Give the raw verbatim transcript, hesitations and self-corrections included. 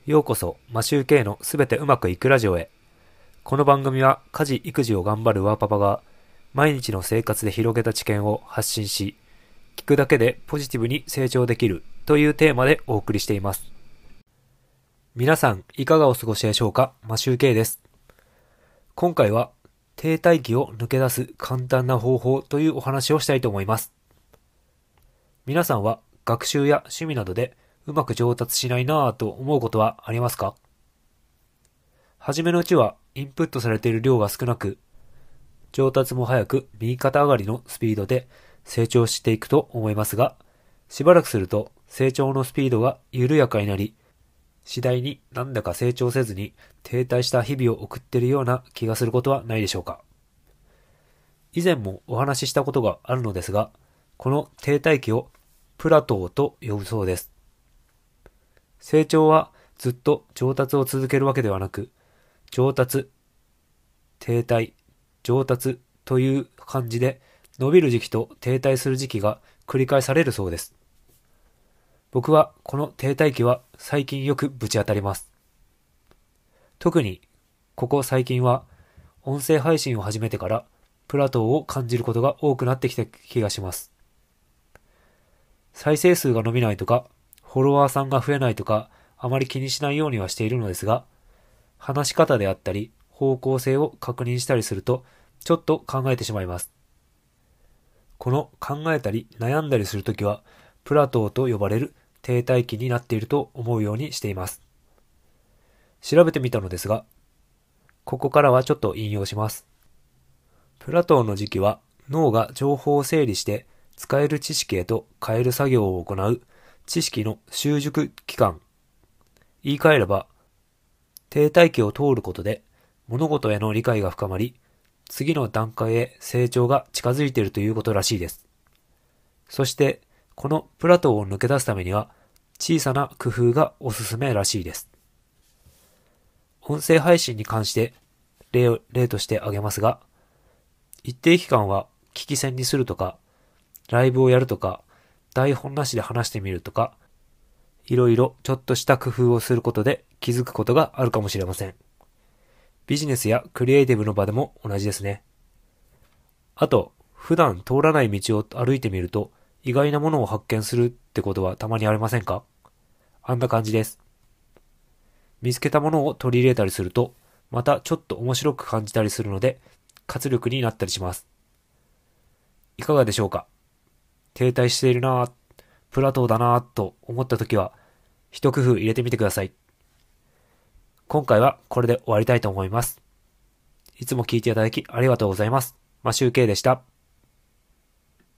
ようこそマシューケイのすべてうまくいくラジオへ。この番組は家事育児を頑張るワーパパが毎日の生活で広げた知見を発信し、聞くだけでポジティブに成長できるというテーマでお送りしています。皆さんいかがお過ごしでしょうか。マシューケイです。今回は停滞期を抜け出す簡単な方法というお話をしたいと思います。皆さんは学習や趣味などでうまく上達しないなぁと思うことはありますか？初めのうちはインプットされている量が少なく、上達も早く右肩上がりのスピードで成長していくと思いますが、しばらくすると成長のスピードが緩やかになり、次第になんだか成長せずに停滞した日々を送っているような気がすることはないでしょうか。以前もお話ししたことがあるのですが、この停滞期をプラトーと呼ぶそうです。成長はずっと上達を続けるわけではなく、上達、停滞、上達という感じで伸びる時期と停滞する時期が繰り返されるそうです。僕はこの停滞期は最近よくぶち当たります。特にここ最近は音声配信を始めてからプラトーを感じることが多くなってきた気がします。再生数が伸びないとか、フォロワーさんが増えないとか、あまり気にしないようにはしているのですが、話し方であったり、方向性を確認したりすると、ちょっと考えてしまいます。この考えたり悩んだりするときは、プラトーと呼ばれる停滞期になっていると思うようにしています。調べてみたのですが、ここからはちょっと引用します。プラトーの時期は、脳が情報を整理して使える知識へと変える作業を行う知識の習熟期間。言い換えれば、停滞期を通ることで物事への理解が深まり、次の段階へ成長が近づいているということらしいです。そして、このプラトーを抜け出すためには、小さな工夫がおすすめらしいです。音声配信に関して例を、例として挙げますが、一定期間は聞き戦にするとか、ライブをやるとか、台本なしで話してみるとか、いろいろちょっとした工夫をすることで気づくことがあるかもしれません。ビジネスやクリエイティブの場でも同じですね。あと、普段通らない道を歩いてみると意外なものを発見するってことはたまにありませんか？あんな感じです。見つけたものを取り入れたりすると、またちょっと面白く感じたりするので、活力になったりします。いかがでしょうか？停滞しているなぁ、プラトーだなぁと思ったときは、一工夫入れてみてください。今回はこれで終わりたいと思います。いつも聞いていただきありがとうございます。マシュウケイでした。